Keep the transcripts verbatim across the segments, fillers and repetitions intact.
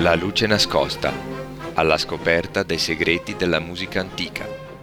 La luce nascosta, alla scoperta dei segreti della musica antica.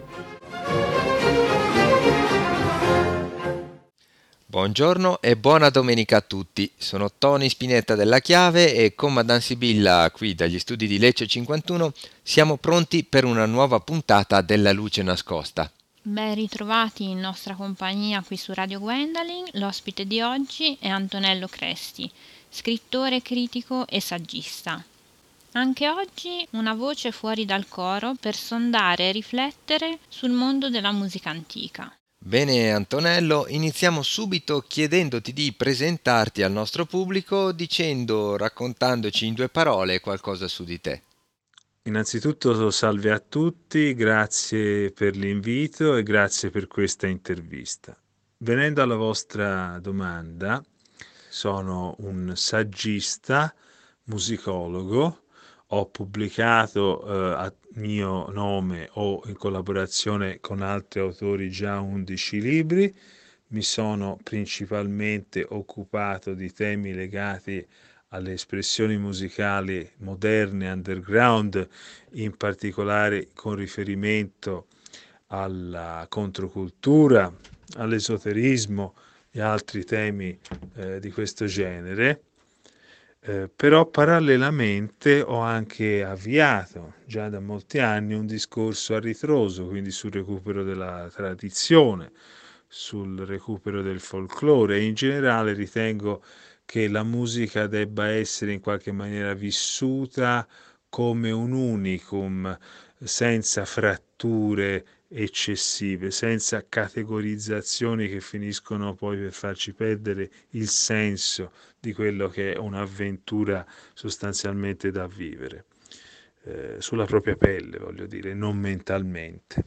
Buongiorno e buona domenica a tutti, sono Tony Spinetta della Chiave e con Madame Sibilla qui dagli studi di Lecce cinquantuno siamo pronti per una nuova puntata della luce nascosta. Ben ritrovati in nostra compagnia qui su Radio Gwendolyn. L'ospite di oggi è Antonello Cresti, scrittore, critico e saggista. Anche oggi una voce fuori dal coro per sondare e riflettere sul mondo della musica antica. Bene Antonello, iniziamo subito chiedendoti di presentarti al nostro pubblico dicendo, raccontandoci in due parole qualcosa su di te. Innanzitutto salve a tutti, grazie per l'invito e grazie per questa intervista. Venendo alla vostra domanda, sono un saggista, musicologo, ho pubblicato eh, a mio nome o in collaborazione con altri autori già undici libri, mi sono principalmente occupato di temi legati alle espressioni musicali moderne, underground, in particolare con riferimento alla controcultura, all'esoterismo e altri temi eh, di questo genere. Eh, però parallelamente ho anche avviato già da molti anni un discorso a ritroso, quindi sul recupero della tradizione, sul recupero del folklore e in generale ritengo che la musica debba essere in qualche maniera vissuta come un unicum, senza fratture eccessive, senza categorizzazioni che finiscono poi per farci perdere il senso di quello che è un'avventura sostanzialmente da vivere, eh, sulla propria pelle, voglio dire, non mentalmente.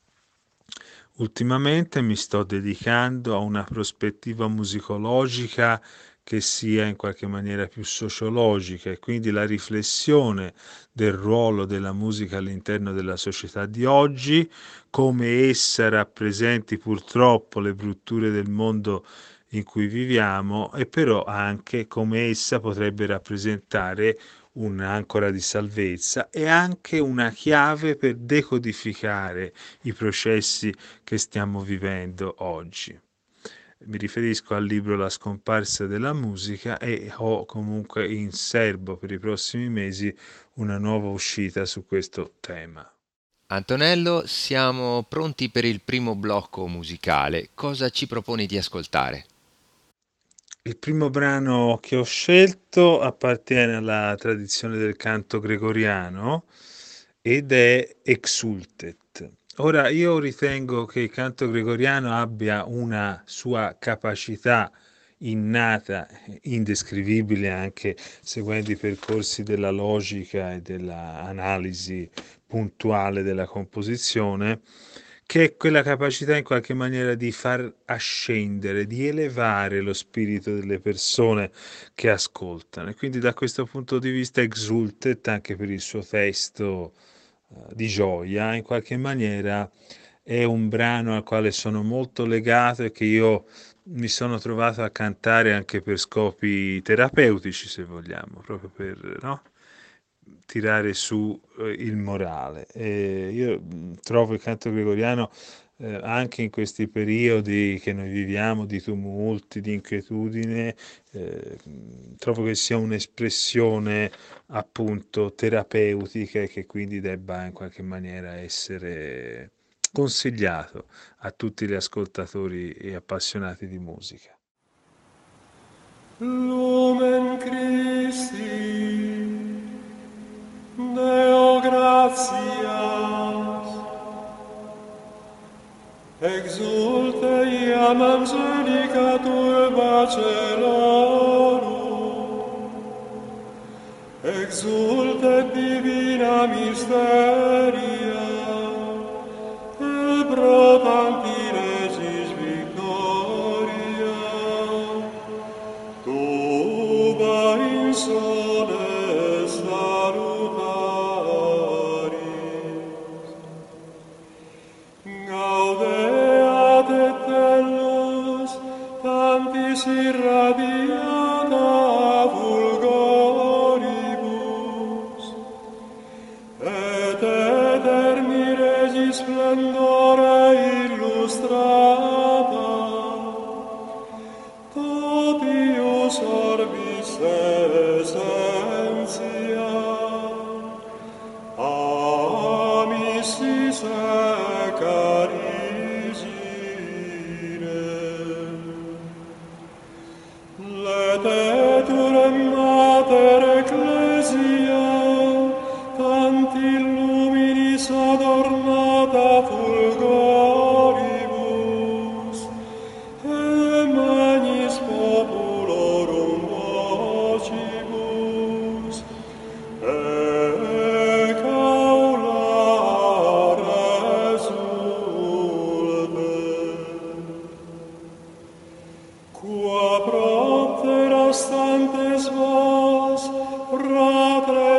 Ultimamente mi sto dedicando a una prospettiva musicologica che sia in qualche maniera più sociologica e quindi la riflessione del ruolo della musica all'interno della società di oggi, come essa rappresenti purtroppo le brutture del mondo in cui viviamo e però anche come essa potrebbe rappresentare un'ancora di salvezza e anche una chiave per decodificare i processi che stiamo vivendo oggi. Mi riferisco al libro La scomparsa della musica e ho comunque in serbo per i prossimi mesi una nuova uscita su questo tema. Antonello, siamo pronti per il primo blocco musicale. Cosa ci proponi di ascoltare? Il primo brano che ho scelto appartiene alla tradizione del canto gregoriano ed è Exultet. Ora, io ritengo che il canto gregoriano abbia una sua capacità innata, indescrivibile anche seguendo i percorsi della logica e dell'analisi puntuale della composizione, che è quella capacità in qualche maniera di far ascendere, di elevare lo spirito delle persone che ascoltano. E quindi da questo punto di vista Exultet, anche per il suo testo uh, di gioia, in qualche maniera è un brano al quale sono molto legato e che io mi sono trovato a cantare anche per scopi terapeutici, se vogliamo, proprio per, no? tirare su eh, il morale. E io mh, trovo il canto gregoriano eh, anche in questi periodi che noi viviamo di tumulti, di inquietudine, eh, trovo che sia un'espressione appunto terapeutica e che quindi debba in qualche maniera essere consigliato a tutti gli ascoltatori e appassionati di musica. Lumen Christi, Deo gratias, exulte iam angelica turba celorum, exulte divina mysteria, et pro tanti regis victoria, tuba in sole salutaris, gaudeat et tellus tantis irradiata fulgoribus,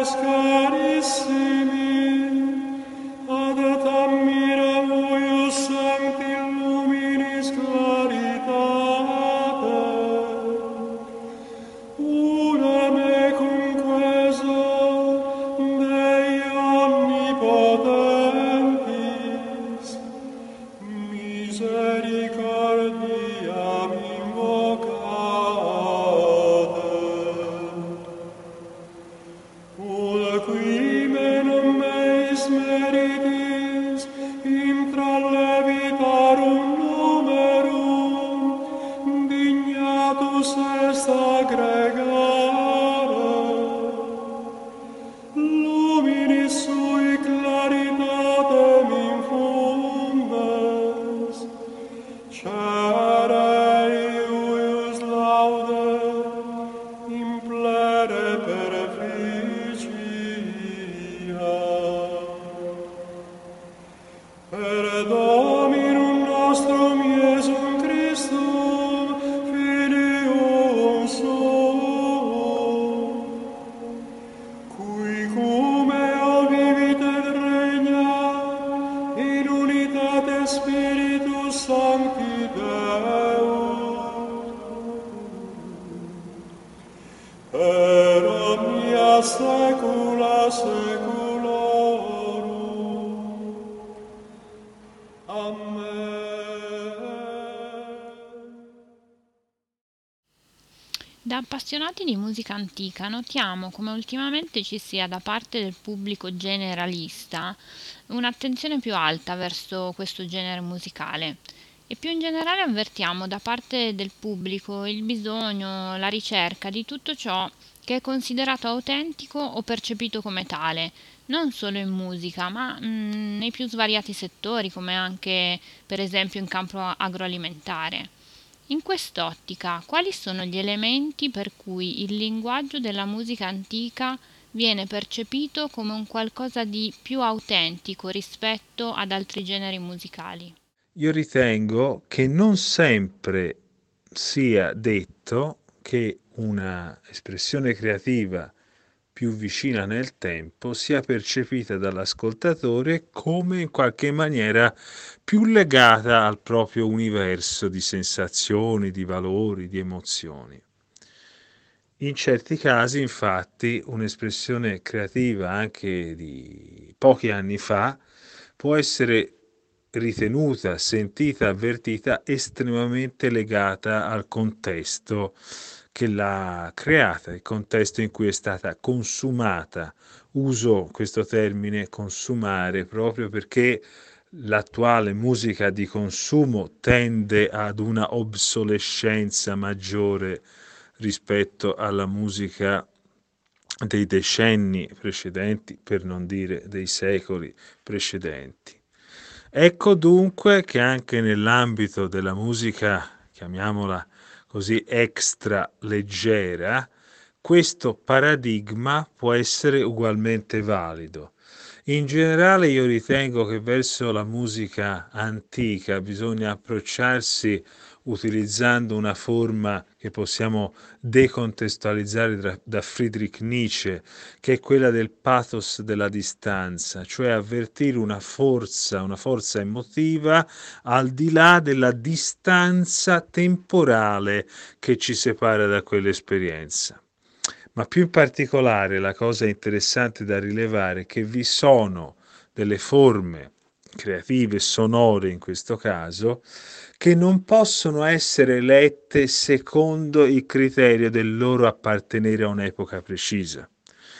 Da appassionati di musica antica notiamo come ultimamente ci sia da parte del pubblico generalista un'attenzione più alta verso questo genere musicale e più in generale avvertiamo da parte del pubblico il bisogno, la ricerca di tutto ciò che è considerato autentico o percepito come tale, non solo in musica, ma mh, nei più svariati settori, come anche per esempio in campo agroalimentare. In quest'ottica, quali sono gli elementi per cui il linguaggio della musica antica viene percepito come un qualcosa di più autentico rispetto ad altri generi musicali? Io ritengo che non sempre sia detto che una espressione creativa più vicina nel tempo sia percepita dall'ascoltatore come in qualche maniera più legata al proprio universo di sensazioni, di valori, di emozioni. In certi casi, infatti, un'espressione creativa anche di pochi anni fa può essere ritenuta, sentita, avvertita estremamente legata al contesto che l'ha creata, il contesto in cui è stata consumata. Uso questo termine consumare proprio perché l'attuale musica di consumo tende ad una obsolescenza maggiore rispetto alla musica dei decenni precedenti, per non dire dei secoli precedenti. Ecco dunque che anche nell'ambito della musica, chiamiamola così, extra leggera, questo paradigma può essere ugualmente valido. In generale io ritengo che verso la musica antica bisogna approcciarsi utilizzando una forma che possiamo decontestualizzare da, da Friedrich Nietzsche, che è quella del pathos della distanza, cioè avvertire una forza, una forza emotiva al di là della distanza temporale che ci separa da quell'esperienza. Ma più in particolare la cosa interessante da rilevare è che vi sono delle forme creative, sonore in questo caso, che non possono essere lette secondo il criterio del loro appartenere a un'epoca precisa.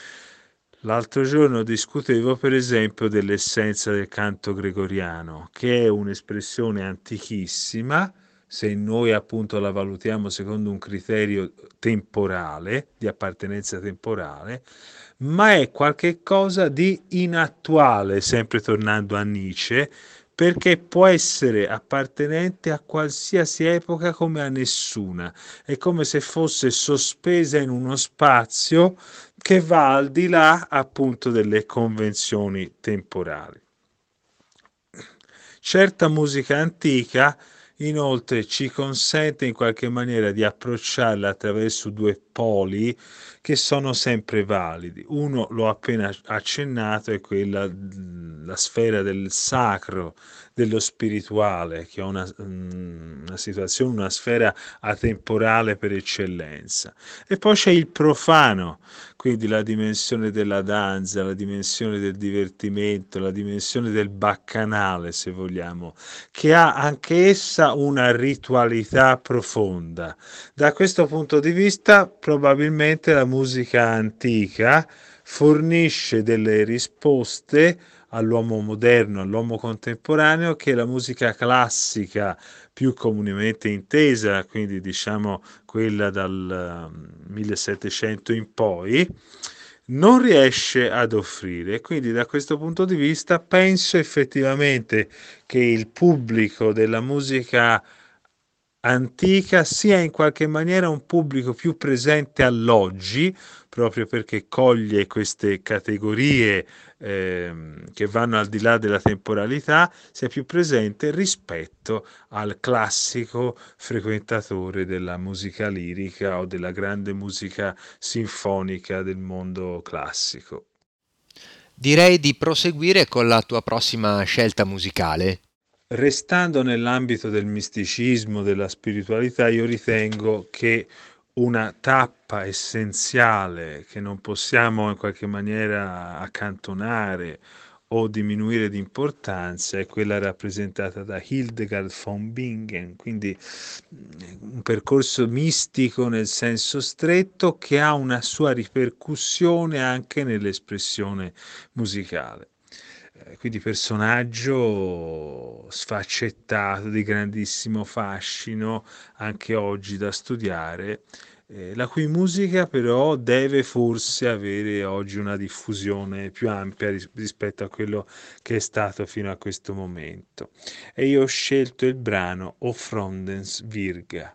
L'altro giorno discutevo per esempio dell'essenza del canto gregoriano, che è un'espressione antichissima, se noi appunto la valutiamo secondo un criterio temporale, di appartenenza temporale, ma è qualche cosa di inattuale, sempre tornando a Nietzsche, perché può essere appartenente a qualsiasi epoca come a nessuna. È come se fosse sospesa in uno spazio che va al di là appunto delle convenzioni temporali. Certa musica antica inoltre ci consente in qualche maniera di approcciarla attraverso due poli che sono sempre validi. Uno, l'ho appena accennato, è quella, la sfera del sacro, dello spirituale, che è una, una situazione, una sfera atemporale per eccellenza. E poi c'è il profano, quindi la dimensione della danza, la dimensione del divertimento, la dimensione del baccanale, se vogliamo, che ha anch'essa una ritualità profonda. Da questo punto di vista, probabilmente la musica antica fornisce delle risposte all'uomo moderno, all'uomo contemporaneo, che la musica classica più comunemente intesa, quindi diciamo quella dal millesettecento in poi, non riesce ad offrire. Quindi da questo punto di vista penso effettivamente che il pubblico della musica antica sia in qualche maniera un pubblico più presente all'oggi, proprio perché coglie queste categorie ehm, che vanno al di là della temporalità, sia più presente rispetto al classico frequentatore della musica lirica o della grande musica sinfonica del mondo classico. Direi di proseguire con la tua prossima scelta musicale. Restando nell'ambito del misticismo, della spiritualità, io ritengo che una tappa essenziale che non possiamo in qualche maniera accantonare o diminuire di importanza è quella rappresentata da Hildegard von Bingen, quindi un percorso mistico nel senso stretto che ha una sua ripercussione anche nell'espressione musicale. Quindi personaggio sfaccettato, di grandissimo fascino, anche oggi da studiare, eh, la cui musica però deve forse avere oggi una diffusione più ampia ris- rispetto a quello che è stato fino a questo momento. E io ho scelto il brano O Frondens Virga.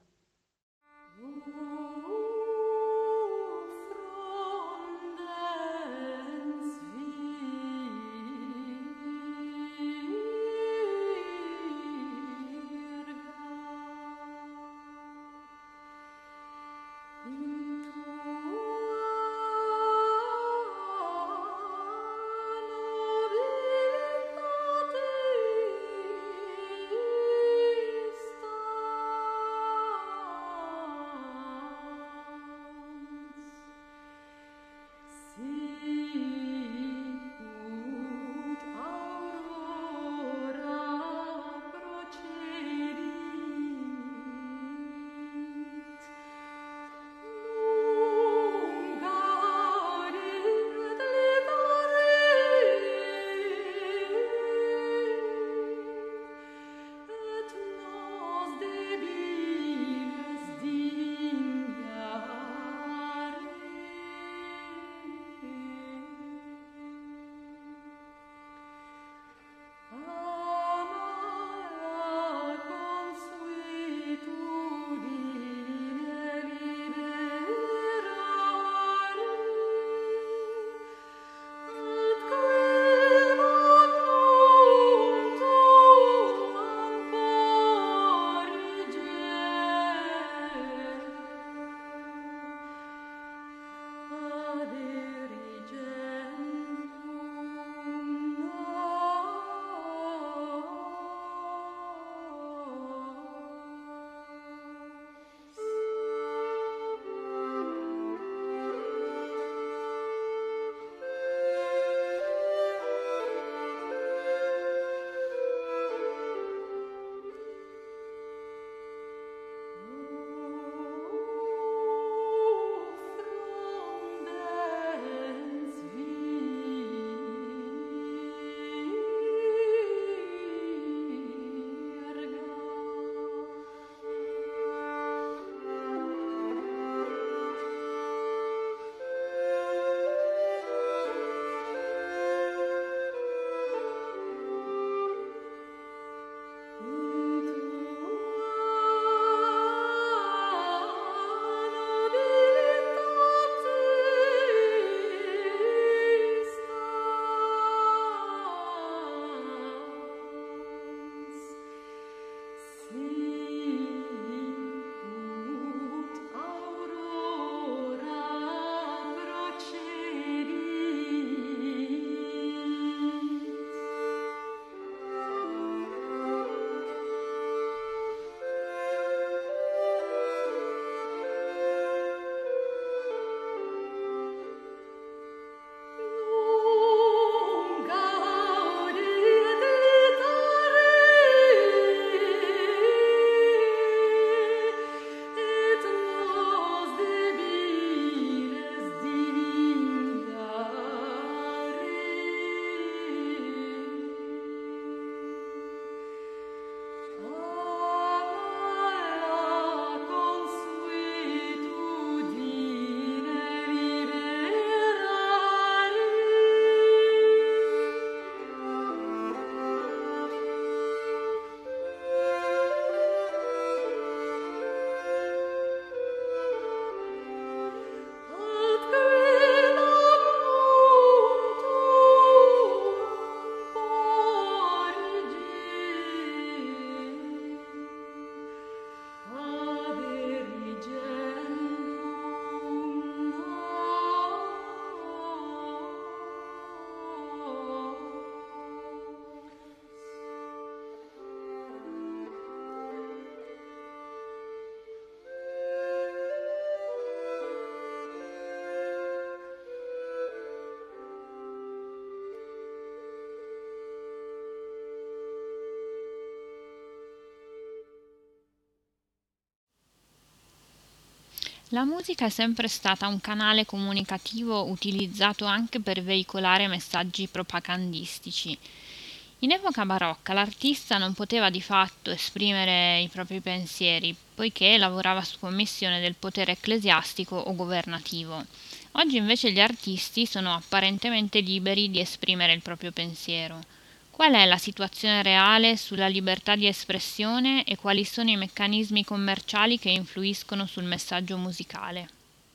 La musica è sempre stata un canale comunicativo utilizzato anche per veicolare messaggi propagandistici. In epoca barocca l'artista non poteva di fatto esprimere i propri pensieri, poiché lavorava su commissione del potere ecclesiastico o governativo. Oggi invece gli artisti sono apparentemente liberi di esprimere il proprio pensiero. Qual è la situazione reale sulla libertà di espressione e quali sono i meccanismi commerciali che influiscono sul messaggio musicale?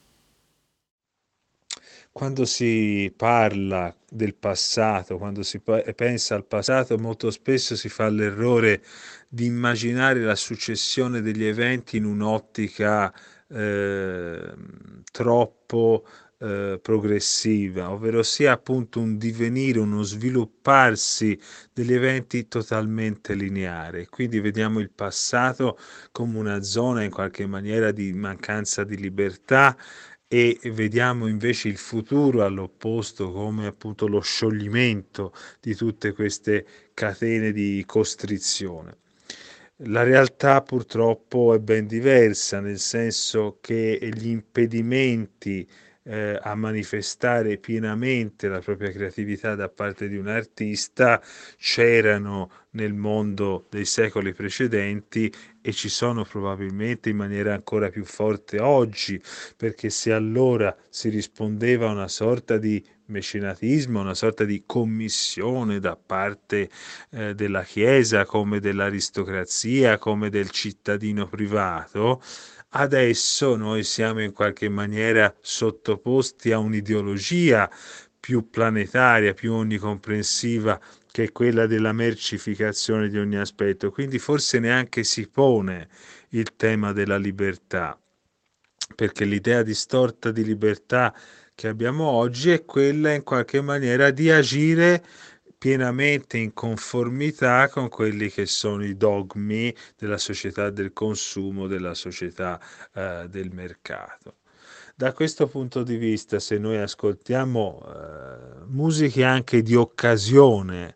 Quando si parla del passato, quando si pa- pensa al passato, molto spesso si fa l'errore di immaginare la successione degli eventi in un'ottica eh, troppo eh, progressiva, ovvero sia appunto un divenire, uno svilupparsi degli eventi totalmente lineare. Quindi vediamo il passato come una zona in qualche maniera di mancanza di libertà e vediamo invece il futuro all'opposto come appunto lo scioglimento di tutte queste catene di costrizione. La realtà purtroppo è ben diversa, nel senso che gli impedimenti eh, a manifestare pienamente la propria creatività da parte di un artista c'erano nel mondo dei secoli precedenti e ci sono probabilmente in maniera ancora più forte oggi, perché se allora si rispondeva a una sorta di mecenatismo, una sorta di commissione da parte eh, della Chiesa, come dell'aristocrazia, come del cittadino privato, adesso noi siamo in qualche maniera sottoposti a un'ideologia più planetaria, più onnicomprensiva, che è quella della mercificazione di ogni aspetto. Quindi forse neanche si pone il tema della libertà, perché l'idea distorta di libertà che abbiamo oggi è quella in qualche maniera di agire pienamente in conformità con quelli che sono i dogmi della società del consumo, della società eh, del mercato. Da questo punto di vista, se noi ascoltiamo eh, musiche anche di occasione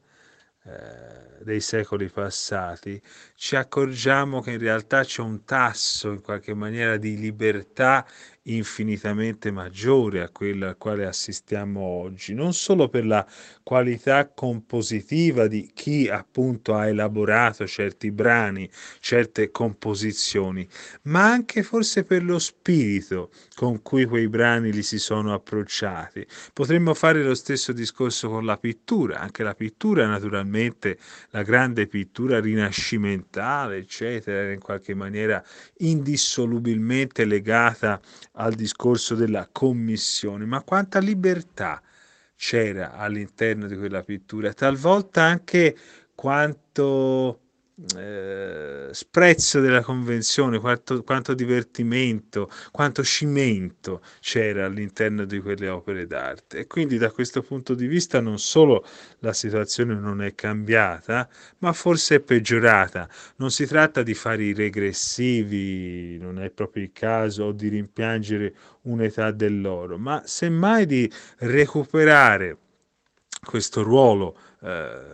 eh, dei secoli passati, ci accorgiamo che in realtà c'è un tasso in qualche maniera di libertà infinitamente maggiore a quello al quale assistiamo oggi, non solo per la qualità compositiva di chi appunto ha elaborato certi brani, certe composizioni, ma anche forse per lo spirito con cui quei brani li si sono approcciati. Potremmo fare lo stesso discorso con la pittura, anche la pittura naturalmente, la grande pittura rinascimentale, eccetera, era in qualche maniera indissolubilmente legata al discorso della commissione, ma quanta libertà c'era all'interno di quella pittura, talvolta anche quanto eh, sprezzo della convenzione, quanto, quanto divertimento, quanto cimento c'era all'interno di quelle opere d'arte. E quindi da questo punto di vista non solo la situazione non è cambiata, ma forse è peggiorata. Non si tratta di fare i regressivi, non è proprio il caso, o di rimpiangere un'età dell'oro, ma semmai di recuperare questo ruolo eh,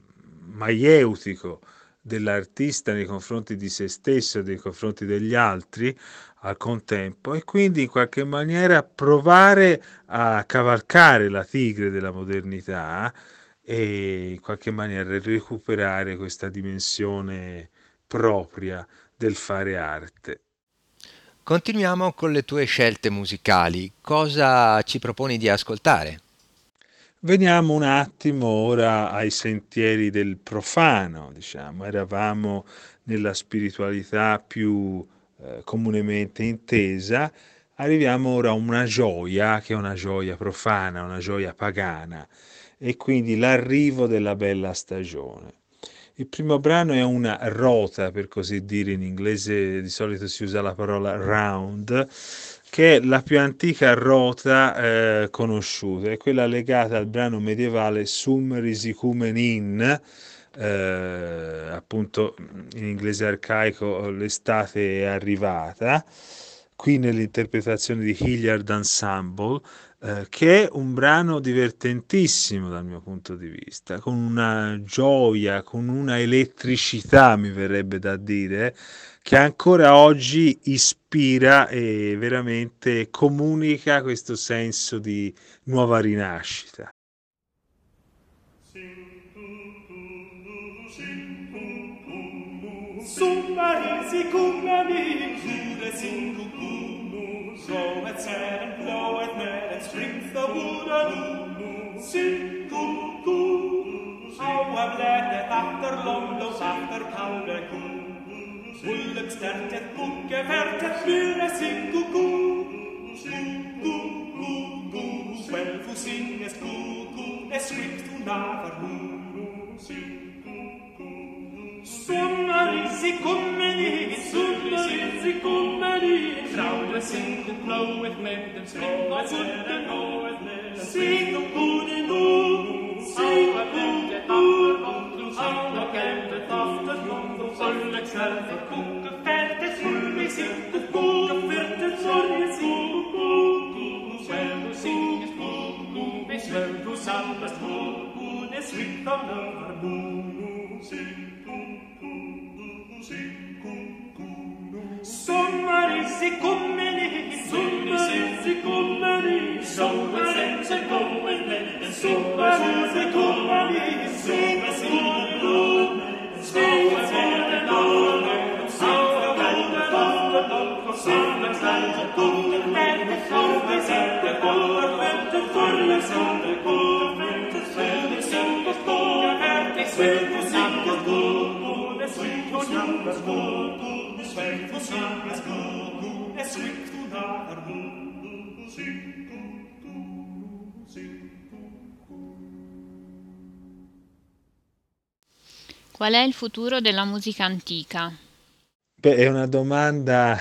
maieutico dell'artista nei confronti di se stesso e nei confronti degli altri al contempo, e quindi in qualche maniera provare a cavalcare la tigre della modernità e in qualche maniera recuperare questa dimensione propria del fare arte. Continuiamo con le tue scelte musicali. Cosa ci proponi di ascoltare? Veniamo un attimo ora ai sentieri del profano, diciamo, eravamo nella spiritualità più eh, comunemente intesa, arriviamo ora a una gioia che è una gioia profana, una gioia pagana, e quindi l'arrivo della bella stagione. Il primo brano è una rota, per così dire, in inglese di solito si usa la parola round, che è la più antica rota eh, conosciuta, è quella legata al brano medievale Sum Risicumen In, eh, appunto in inglese arcaico l'estate è arrivata, qui nell'interpretazione di Hilliard Ensemble, eh, che è un brano divertentissimo dal mio punto di vista, con una gioia, con una elettricità, mi verrebbe da dire, che ancora oggi ispira e veramente comunica questo senso di nuova rinascita. Summa sicumani, Jude singumu, Groweth sad and bloweth mad and springs the wood anew. Singumu, how I'm glad that after long blows after Kaulaku, Ullet stertet bukke vertet myre singumu, Singumu, well fu singes gugu, es swift u navarmu, Summari sicumeni, summari sicumeni, Fraude singu bloweth med, and spring of wood and goeth med, Singu gudinu, Singu gudinu, Singu geldet after long, Ullet stertet bukke vertet myre singu gugu, vertet myre singu gugu, well du singes gugu, well du salvest gugu, es swift of navarmu, Summari sicumeni, summari sicumeni, Summari sicumeni, summari sicumeni, Summari sicumeni, Summari Qual è il futuro della musica antica? Beh, è una domanda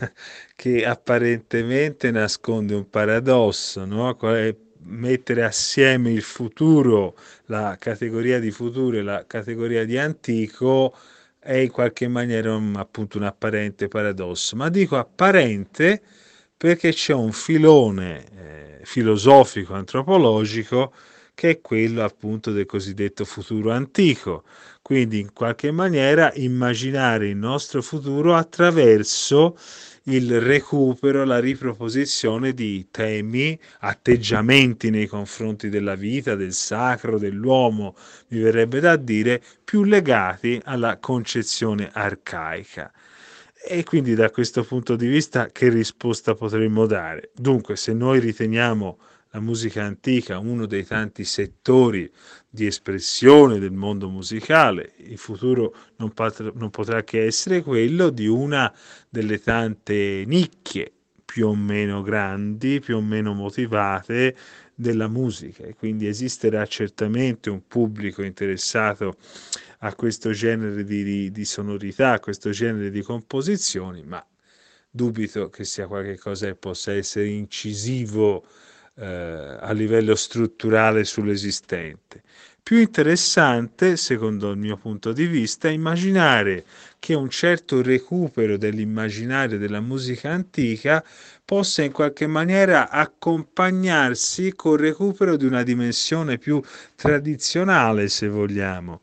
che apparentemente nasconde un paradosso, no? Qual è mettere assieme il futuro, la categoria di futuro e la categoria di antico è in qualche maniera un, appunto un apparente paradosso, ma dico apparente perché c'è un filone eh, filosofico, antropologico, che è quello appunto del cosiddetto futuro antico. Quindi in qualche maniera immaginare il nostro futuro attraverso il recupero, la riproposizione di temi, atteggiamenti nei confronti della vita, del sacro, dell'uomo, mi verrebbe da dire, più legati alla concezione arcaica. E quindi da questo punto di vista che risposta potremmo dare? Dunque, se noi riteniamo la musica antica uno dei tanti settori di espressione del mondo musicale, il futuro non, potrà, non potrà che essere quello di una delle tante nicchie più o meno grandi, più o meno motivate della musica, e quindi esisterà certamente un pubblico interessato a questo genere di, di, di sonorità, a questo genere di composizioni, ma dubito che sia qualcosa che possa essere incisivo eh, a livello strutturale sull'esistente. Più interessante, secondo il mio punto di vista, è immaginare che un certo recupero dell'immaginario della musica antica possa in qualche maniera accompagnarsi col recupero di una dimensione più tradizionale, se vogliamo.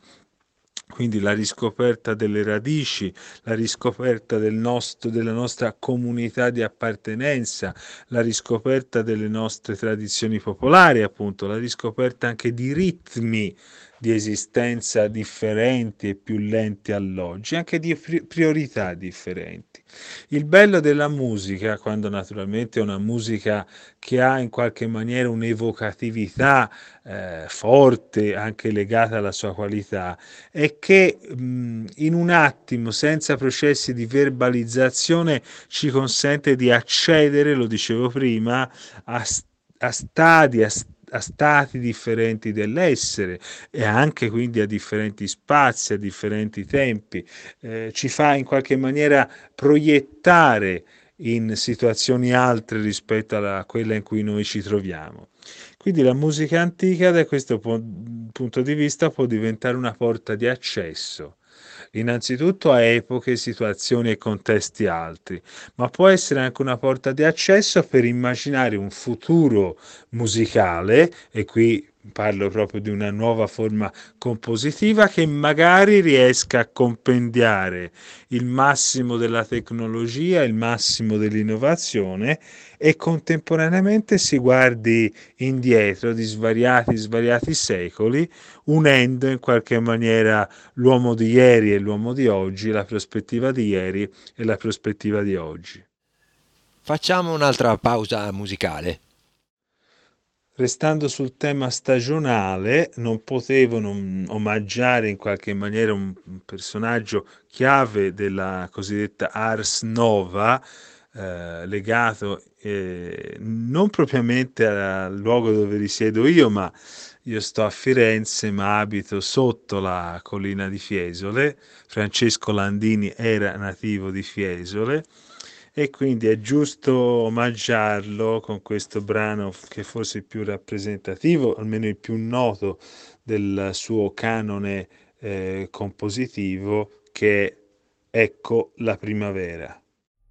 Quindi la riscoperta delle radici, la riscoperta del nostro, della nostra comunità di appartenenza, la riscoperta delle nostre tradizioni popolari, appunto, la riscoperta anche di ritmi di esistenza differenti e più lenti all'oggi, anche di priorità differenti. Il bello della musica, quando naturalmente è una musica che ha in qualche maniera un'evocatività eh, forte, anche legata alla sua qualità, è che mh, in un attimo, senza processi di verbalizzazione, ci consente di accedere, lo dicevo prima, a, a stadi, a, a stati differenti dell'essere e anche quindi a differenti spazi, a differenti tempi. Eh, ci fa in qualche maniera proiettare in situazioni altre rispetto a quella in cui noi ci troviamo. Quindi la musica antica da questo punto di vista può diventare una porta di accesso innanzitutto a epoche, situazioni e contesti altri, ma può essere anche una porta di accesso per immaginare un futuro musicale, e qui parlo proprio di una nuova forma compositiva che magari riesca a compendiare il massimo della tecnologia, il massimo dell'innovazione, e contemporaneamente si guardi indietro di svariati svariati secoli, unendo in qualche maniera l'uomo di ieri e l'uomo di oggi, la prospettiva di ieri e la prospettiva di oggi. Facciamo un'altra pausa musicale. Restando sul tema stagionale, non potevo non omaggiare in qualche maniera un, un personaggio chiave della cosiddetta Ars Nova, eh, legato eh, non propriamente al luogo dove risiedo io, ma io sto a Firenze, ma abito sotto la collina di Fiesole. Francesco Landini era nativo di Fiesole, e quindi è giusto omaggiarlo con questo brano che forse è il più rappresentativo, almeno il più noto del suo canone eh, compositivo, che è Ecco la primavera.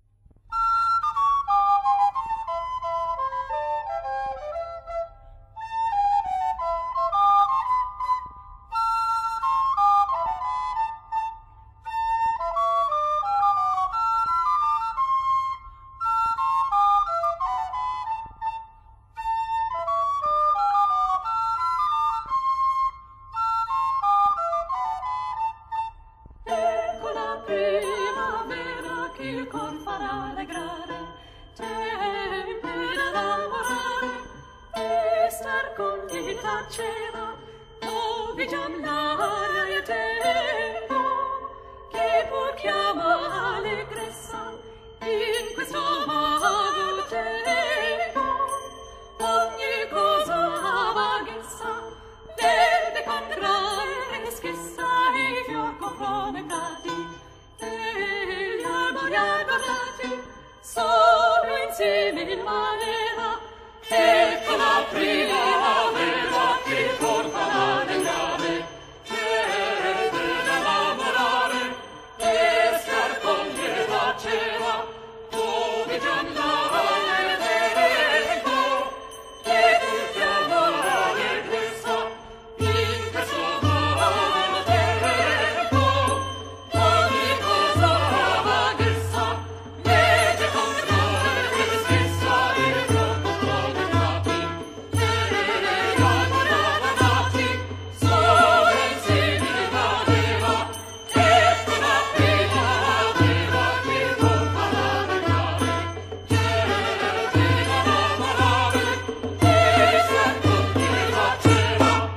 Ecco la primavera che il cor farà allegrare, tempo da lavorare e star con gli faceva, dove giam l'aria e tempo che pur chiama allegrezza in questo vago tempo. Ogni cosa vaghezza deve contrarre e schessa i fior compromettati e gli albori adorati sono insieme in maniera. Ecco la primavera che il cor farà allegrare, deve lavorare e star con gli faceva, dove già l'aria e tempo che pur chiama allegrezza in questo vago tempo. Ogni cosa vaghezza legge contrarre e stessa e fior compromettati e gli albori adorati sono insieme in maniera. Ecco la primavera che il cor farà allegrare, deve lavorare e star con chi faceva.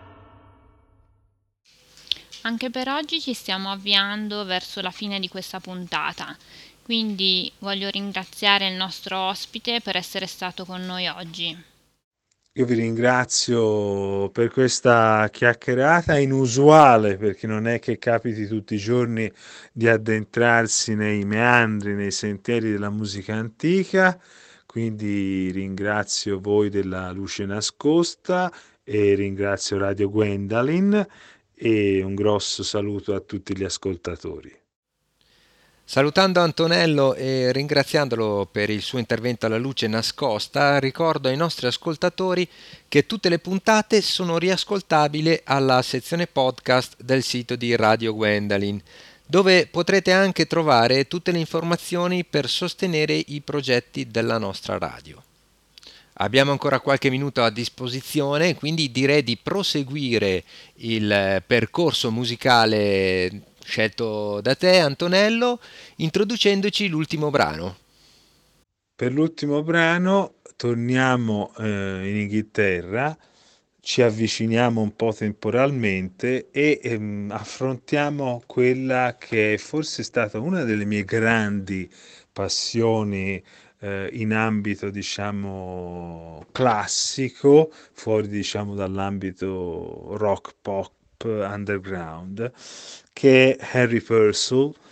Anche per oggi ci stiamo avviando verso la fine di questa puntata, quindi voglio ringraziare il nostro ospite per essere stato con noi oggi. Io vi ringrazio per questa chiacchierata inusuale, perché non è che capiti tutti i giorni di addentrarsi nei meandri, nei sentieri della musica antica, quindi ringrazio voi della Luce Nascosta e ringrazio Radio Gwendalin, e un grosso saluto a tutti gli ascoltatori. Salutando Antonello e ringraziandolo per il suo intervento alla luce nascosta, ricordo ai nostri ascoltatori che tutte le puntate sono riascoltabili alla sezione podcast del sito di Radio Gwendalin, dove potrete anche trovare tutte le informazioni per sostenere i progetti della nostra radio. Abbiamo ancora qualche minuto a disposizione, quindi direi di proseguire il percorso musicale scelto da te, Antonello, introducendoci l'ultimo brano. Per l'ultimo brano torniamo eh, in Inghilterra, ci avviciniamo un po' temporalmente e ehm, affrontiamo quella che è forse stata una delle mie grandi passioni eh, in ambito, diciamo, classico, fuori, diciamo, dall'ambito rock pop underground, che è Harry Purcell,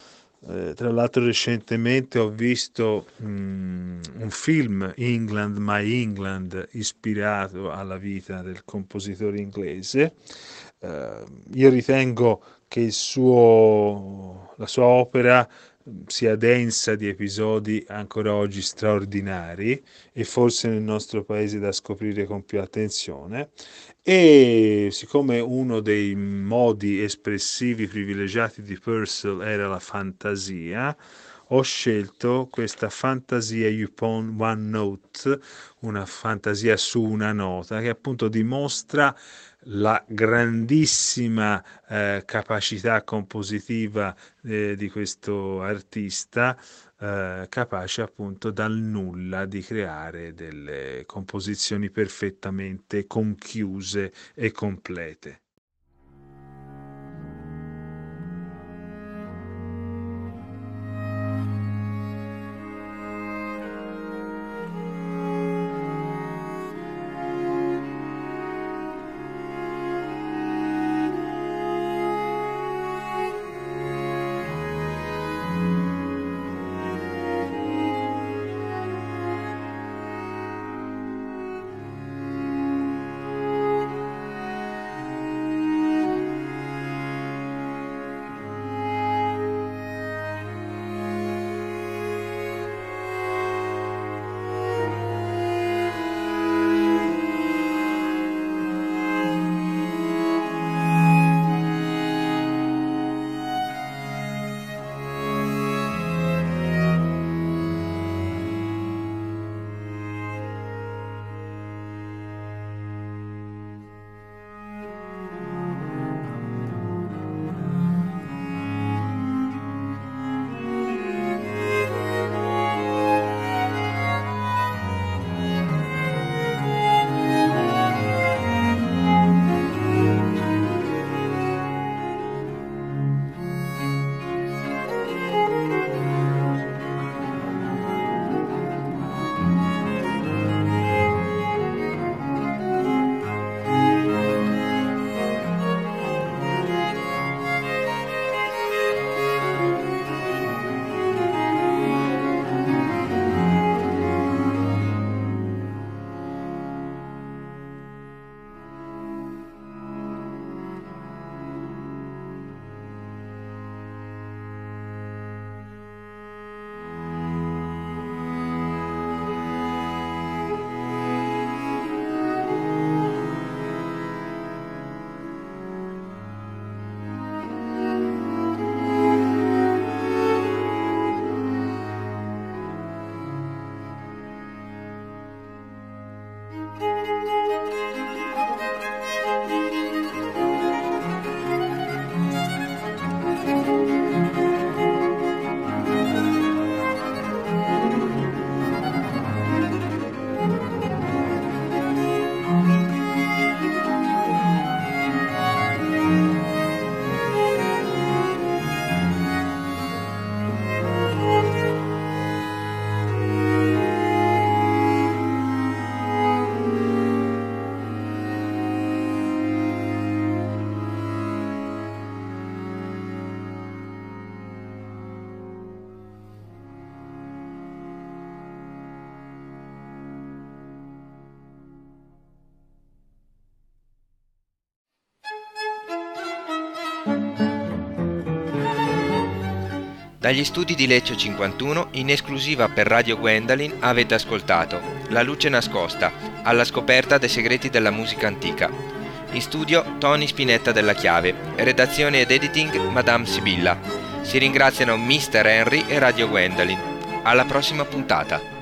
Eh, tra l'altro recentemente ho visto mm, un film, England, My England, ispirato alla vita del compositore inglese. Eh, io ritengo che il suo, la sua opera sia densa di episodi ancora oggi straordinari e forse nel nostro paese da scoprire con più attenzione. E siccome uno dei modi espressivi privilegiati di Purcell era la fantasia, ho scelto questa fantasia upon one note, una fantasia su una nota, che appunto dimostra la grandissima eh, capacità compositiva eh, di questo artista, eh, capace appunto dal nulla di creare delle composizioni perfettamente conchiuse e complete. Dagli studi di Lecce cinquantuno, in esclusiva per Radio Gwendolyn, avete ascoltato La luce nascosta, alla scoperta dei segreti della musica antica. In studio Tony Spinetta della Chiave, redazione ed editing Madame Sibilla. Si ringraziano mister Henry e Radio Gwendolyn. Alla prossima puntata.